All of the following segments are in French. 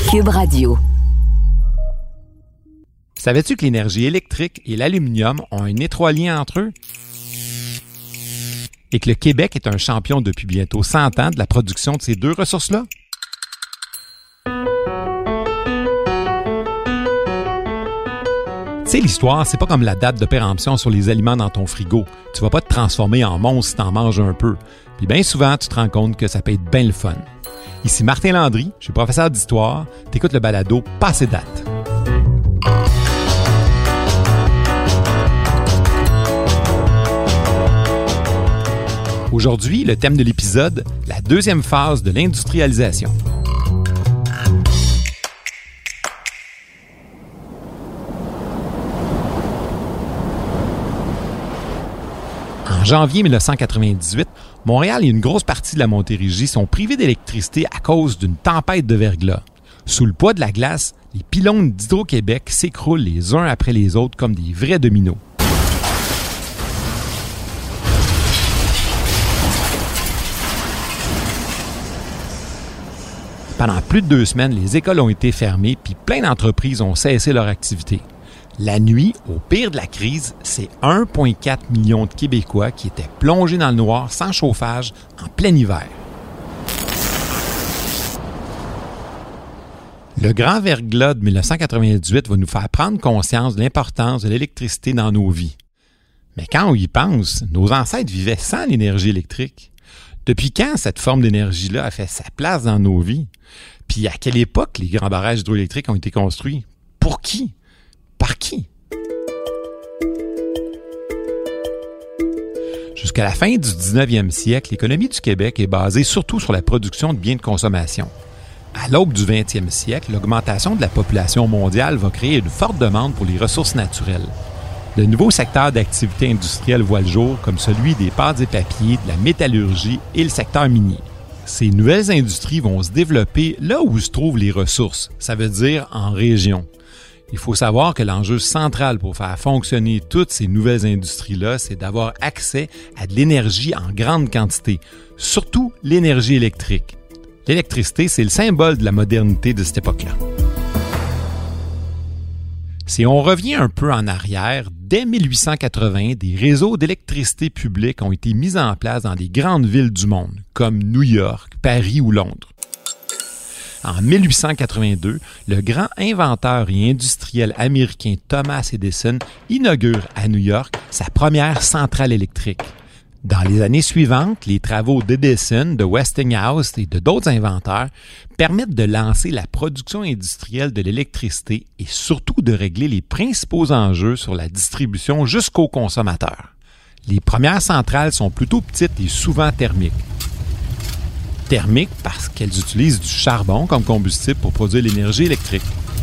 Cube Radio. Savais-tu que l'énergie électrique et l'aluminium ont un étroit lien entre eux? Et que le Québec est un champion depuis bientôt 100 ans de la production de ces deux ressources-là? Tu sais, l'histoire, c'est pas comme la date de péremption sur les aliments dans ton frigo. Tu vas pas te transformer en monstre si t'en manges un peu. Puis bien souvent, tu te rends compte que ça peut être bien le fun. Ici Martin Landry, je suis professeur d'histoire. T'écoutes le balado Passé date. Aujourd'hui, le thème de l'épisode, la deuxième phase de l'industrialisation. En janvier 1998, Montréal et une grosse partie de la Montérégie sont privés d'électricité à cause d'une tempête de verglas. Sous le poids de la glace, les pylônes d'Hydro-Québec s'écroulent les uns après les autres comme des vrais dominos. Pendant plus de 2 semaines, les écoles ont été fermées puis plein d'entreprises ont cessé leur activité. La nuit, au pire de la crise, c'est 1,4 million de Québécois qui étaient plongés dans le noir sans chauffage en plein hiver. Le grand verglas de 1998 va nous faire prendre conscience de l'importance de l'électricité dans nos vies. Mais quand on y pense, nos ancêtres vivaient sans l'énergie électrique. Depuis quand cette forme d'énergie-là a fait sa place dans nos vies? Puis à quelle époque les grands barrages hydroélectriques ont été construits? Pour qui? Par qui? Jusqu'à la fin du 19e siècle, l'économie du Québec est basée surtout sur la production de biens de consommation. À l'aube du 20e siècle, l'augmentation de la population mondiale va créer une forte demande pour les ressources naturelles. De nouveaux secteurs d'activité industrielle voient le jour, comme celui des pâtes et papiers, de la métallurgie et le secteur minier. Ces nouvelles industries vont se développer là où se trouvent les ressources, ça veut dire en région. Il faut savoir que l'enjeu central pour faire fonctionner toutes ces nouvelles industries-là, c'est d'avoir accès à de l'énergie en grande quantité, surtout l'énergie électrique. L'électricité, c'est le symbole de la modernité de cette époque-là. Si on revient un peu en arrière, dès 1880, des réseaux d'électricité publique ont été mis en place dans des grandes villes du monde, comme New York, Paris ou Londres. En 1882, le grand inventeur et industriel américain Thomas Edison inaugure à New York sa première centrale électrique. Dans les années suivantes, les travaux d'Edison, de Westinghouse et de d'autres inventeurs permettent de lancer la production industrielle de l'électricité et surtout de régler les principaux enjeux sur la distribution jusqu'aux consommateurs. Les premières centrales sont plutôt petites et souvent thermiques. Thermiques parce qu'elles utilisent du charbon comme combustible pour produire l'énergie électrique.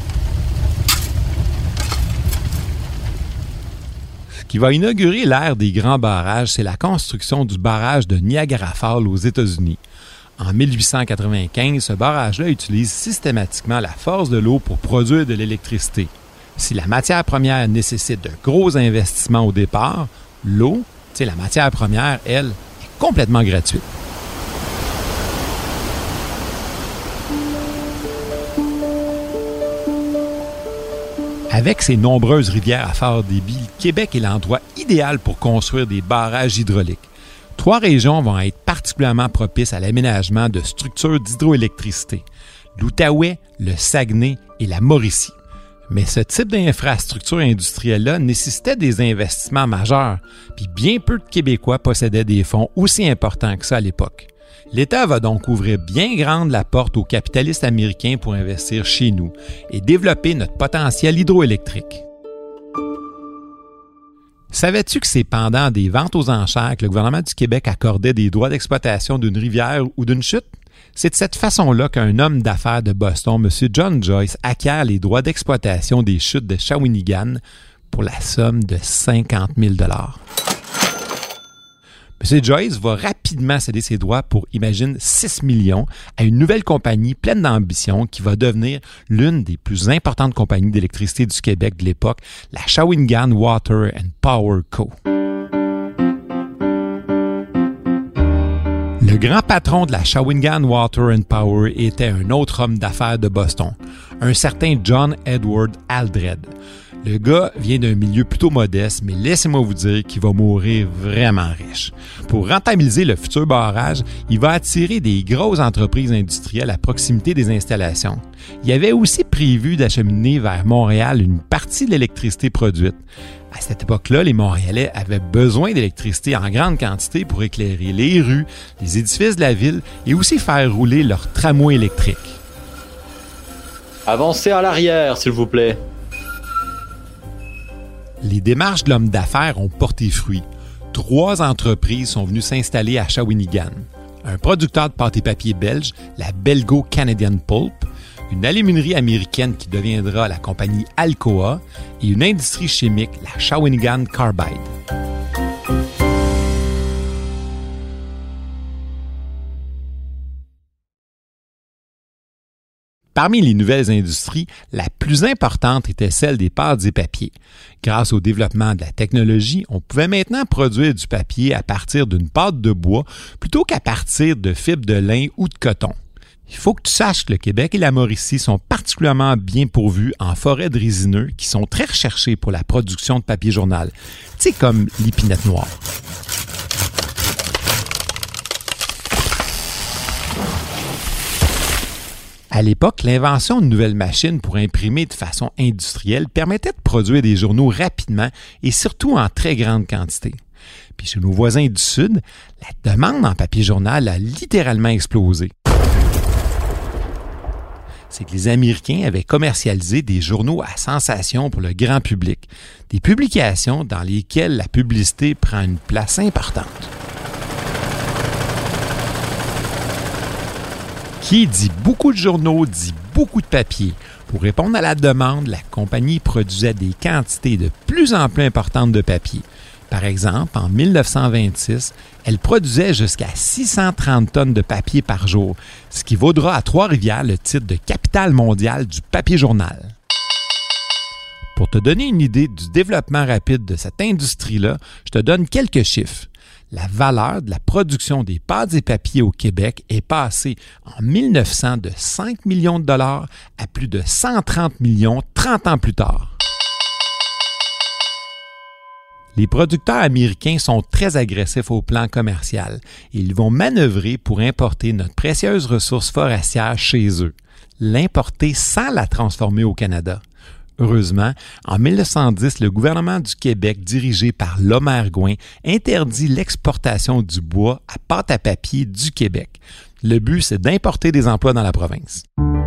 Ce qui va inaugurer l'ère des grands barrages, c'est la construction du barrage de Niagara Falls aux États-Unis. En 1895, ce barrage-là utilise systématiquement la force de l'eau pour produire de l'électricité. Si la matière première nécessite de gros investissements au départ, l'eau, la matière première, elle, est complètement gratuite. Avec ses nombreuses rivières à fort débit, le Québec est l'endroit idéal pour construire des barrages hydrauliques. 3 régions vont être particulièrement propices à l'aménagement de structures d'hydroélectricité: l'Outaouais, le Saguenay et la Mauricie. Mais ce type d'infrastructure industrielle-là nécessitait des investissements majeurs, puis bien peu de Québécois possédaient des fonds aussi importants que ça à l'époque. L'État va donc ouvrir bien grande la porte aux capitalistes américains pour investir chez nous et développer notre potentiel hydroélectrique. Savais-tu que c'est pendant des ventes aux enchères que le gouvernement du Québec accordait des droits d'exploitation d'une rivière ou d'une chute? C'est de cette façon-là qu'un homme d'affaires de Boston, M. John Joyce, acquiert les droits d'exploitation des chutes de Shawinigan pour la somme de 50 000 $. M. Joyce va rapidement céder ses droits pour, imagine, 6 millions à une nouvelle compagnie pleine d'ambition qui va devenir l'une des plus importantes compagnies d'électricité du Québec de l'époque, la Shawinigan Water and Power Co. Le grand patron de la Shawinigan Water and Power était un autre homme d'affaires de Boston, un certain John Edward Aldred. Le gars vient d'un milieu plutôt modeste, mais laissez-moi vous dire qu'il va mourir vraiment riche. Pour rentabiliser le futur barrage, il va attirer des grosses entreprises industrielles à proximité des installations. Il avait aussi prévu d'acheminer vers Montréal une partie de l'électricité produite. À cette époque-là, les Montréalais avaient besoin d'électricité en grande quantité pour éclairer les rues, les édifices de la ville et aussi faire rouler leurs tramways électriques. Avancez à l'arrière, s'il vous plaît. Les démarches de l'homme d'affaires ont porté fruit. 3 entreprises sont venues s'installer à Shawinigan. Un producteur de pâte et papier belge, la Belgo Canadian Pulp, une aluminerie américaine qui deviendra la compagnie Alcoa et une industrie chimique, la Shawinigan Carbide. Parmi les nouvelles industries, la plus importante était celle des pâtes et papiers. Grâce au développement de la technologie, on pouvait maintenant produire du papier à partir d'une pâte de bois plutôt qu'à partir de fibres de lin ou de coton. Il faut que tu saches que le Québec et la Mauricie sont particulièrement bien pourvus en forêts de résineux qui sont très recherchés pour la production de papier journal, tu sais, comme l'épinette noire. À l'époque, l'invention de nouvelles machines pour imprimer de façon industrielle permettait de produire des journaux rapidement et surtout en très grande quantité. Puis chez nos voisins du Sud, la demande en papier journal a littéralement explosé. C'est que les Américains avaient commercialisé des journaux à sensation pour le grand public, des publications dans lesquelles la publicité prend une place importante. Qui dit beaucoup de journaux, dit beaucoup de papier. Pour répondre à la demande, la compagnie produisait des quantités de plus en plus importantes de papier. Par exemple, en 1926, elle produisait jusqu'à 630 tonnes de papier par jour, ce qui vaudra à Trois-Rivières le titre de capitale mondiale du papier journal. Pour te donner une idée du développement rapide de cette industrie-là, je te donne quelques chiffres. La valeur de la production des pâtes et papiers au Québec est passée en 1900 de 5 millions de dollars à plus de 130 millions 30 ans plus tard. Les producteurs américains sont très agressifs au plan commercial et ils vont manœuvrer pour importer notre précieuse ressource forestière chez eux, l'importer sans la transformer au Canada. Heureusement, en 1910, le gouvernement du Québec, dirigé par Lomergouin, interdit l'exportation du bois à pâte à papier du Québec. Le but, c'est d'importer des emplois dans la province.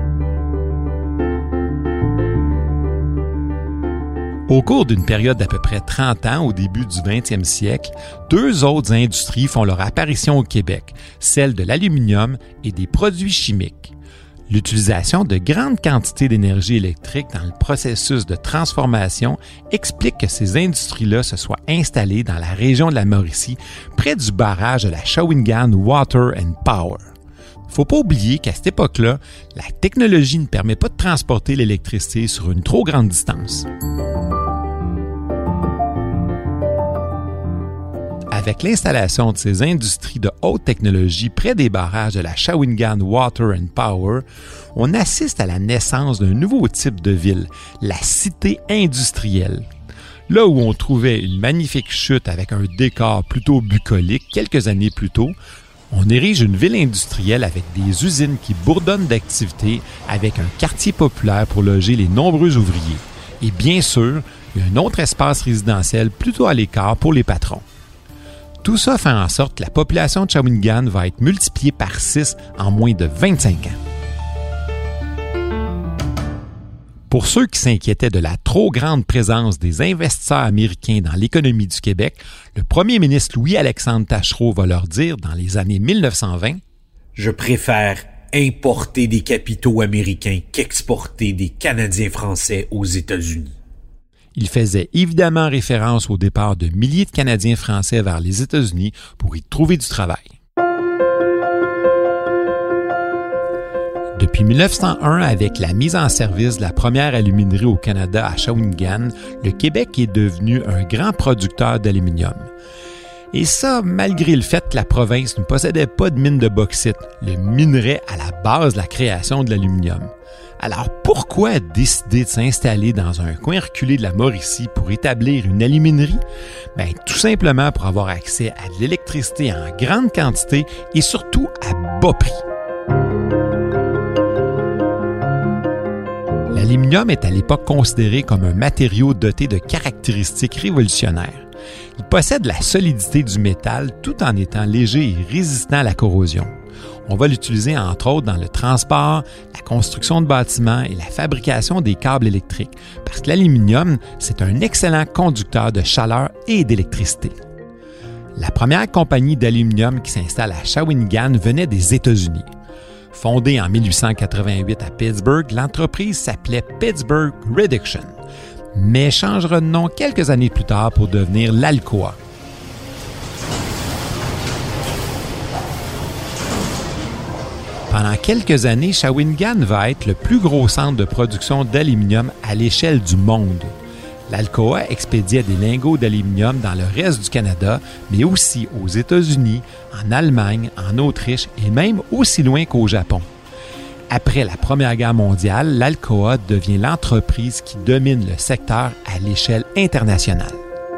Au cours d'une période d'à peu près 30 ans, au début du 20e siècle, 2 autres industries font leur apparition au Québec, celle de l'aluminium et des produits chimiques. L'utilisation de grandes quantités d'énergie électrique dans le processus de transformation explique que ces industries-là se soient installées dans la région de la Mauricie, près du barrage de la Shawinigan Water and Power. Faut pas oublier qu'à cette époque-là, la technologie ne permet pas de transporter l'électricité sur une trop grande distance. Avec l'installation de ces industries de haute technologie près des barrages de la Shawinigan Water and Power, on assiste à la naissance d'un nouveau type de ville, la cité industrielle. Là où on trouvait une magnifique chute avec un décor plutôt bucolique quelques années plus tôt, on érige une ville industrielle avec des usines qui bourdonnent d'activité, avec un quartier populaire pour loger les nombreux ouvriers. Et bien sûr, il y a un autre espace résidentiel plutôt à l'écart pour les patrons. Tout ça fait en sorte que la population de Shawinigan va être multipliée par 6 en moins de 25 ans. Pour ceux qui s'inquiétaient de la trop grande présence des investisseurs américains dans l'économie du Québec, le premier ministre Louis-Alexandre Taschereau va leur dire dans les années 1920 « Je préfère importer des capitaux américains qu'exporter des Canadiens français aux États-Unis. » Il faisait évidemment référence au départ de milliers de Canadiens français vers les États-Unis pour y trouver du travail. Depuis 1901, avec la mise en service de la première aluminerie au Canada à Shawinigan, le Québec est devenu un grand producteur d'aluminium. Et ça, malgré le fait que la province ne possédait pas de mine de bauxite, le minerai à la base de la création de l'aluminium. Alors pourquoi décider de s'installer dans un coin reculé de la Mauricie pour établir une aluminerie? Bien, tout simplement pour avoir accès à de l'électricité en grande quantité et surtout à bas prix. L'aluminium est à l'époque considéré comme un matériau doté de caractéristiques révolutionnaires. Il possède la solidité du métal tout en étant léger et résistant à la corrosion. On va l'utiliser entre autres dans le transport, la construction de bâtiments et la fabrication des câbles électriques, parce que l'aluminium, c'est un excellent conducteur de chaleur et d'électricité. La première compagnie d'aluminium qui s'installe à Shawinigan venait des États-Unis. Fondée en 1888 à Pittsburgh, l'entreprise s'appelait Pittsburgh Reduction, mais changera de nom quelques années plus tard pour devenir l'Alcoa. Pendant quelques années, Shawinigan va être le plus gros centre de production d'aluminium à l'échelle du monde. L'Alcoa expédiait des lingots d'aluminium dans le reste du Canada, mais aussi aux États-Unis, en Allemagne, en Autriche et même aussi loin qu'au Japon. Après la Première Guerre mondiale, l'Alcoa devient l'entreprise qui domine le secteur à l'échelle internationale.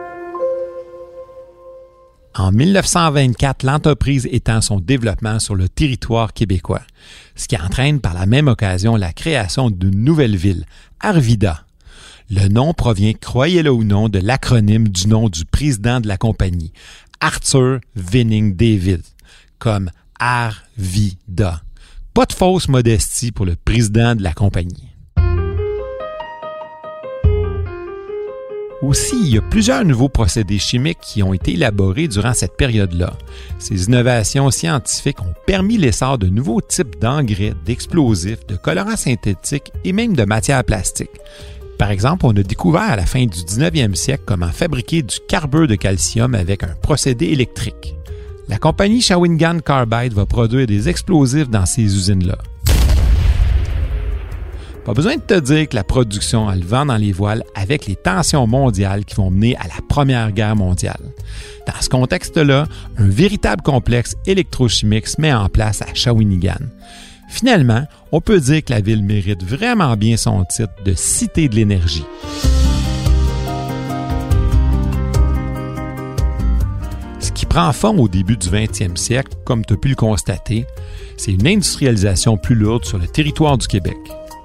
En 1924, l'entreprise étend son développement sur le territoire québécois, ce qui entraîne par la même occasion la création d'une nouvelle ville, Arvida. Le nom provient, croyez-le ou non, de l'acronyme du nom du président de la compagnie, Arthur Venning David, comme Arvida. Pas de fausse modestie pour le président de la compagnie. Aussi, il y a plusieurs nouveaux procédés chimiques qui ont été élaborés durant cette période-là. Ces innovations scientifiques ont permis l'essor de nouveaux types d'engrais, d'explosifs, de colorants synthétiques et même de matières plastiques. Par exemple, on a découvert à la fin du 19e siècle comment fabriquer du carbure de calcium avec un procédé électrique. La compagnie Shawinigan Carbide va produire des explosifs dans ces usines-là. Pas besoin de te dire que la production a le vent dans les voiles avec les tensions mondiales qui vont mener à la Première Guerre mondiale. Dans ce contexte-là, un véritable complexe électrochimique se met en place à Shawinigan. Finalement, on peut dire que la ville mérite vraiment bien son titre de Cité de l'énergie. Ce qui prend forme au début du 20e siècle, comme tu as pu le constater, c'est une industrialisation plus lourde sur le territoire du Québec.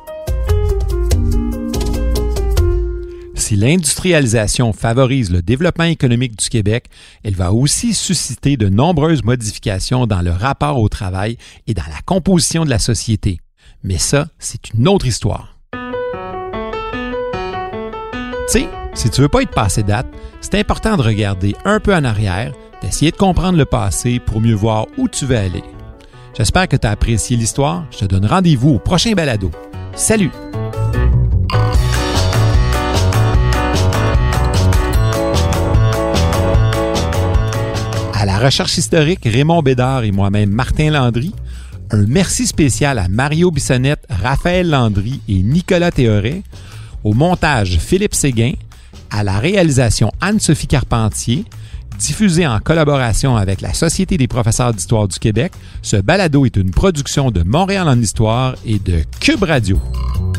Si l'industrialisation favorise le développement économique du Québec, elle va aussi susciter de nombreuses modifications dans le rapport au travail et dans la composition de la société. Mais ça, c'est une autre histoire. Tu sais, si tu veux pas être passé date, c'est important de regarder un peu en arrière, d'essayer de comprendre le passé pour mieux voir où tu veux aller. J'espère que tu as apprécié l'histoire. Je te donne rendez-vous au prochain balado. Salut! À la recherche historique, Raymond Bédard et moi-même Martin Landry. Un merci spécial à Mario Bissonnette, Raphaël Landry et Nicolas Théoret. Au montage, Philippe Séguin. À la réalisation, Anne-Sophie Carpentier. Diffusé en collaboration avec la Société des professeurs d'histoire du Québec, ce balado est une production de Montréal en Histoire et de Cube Radio.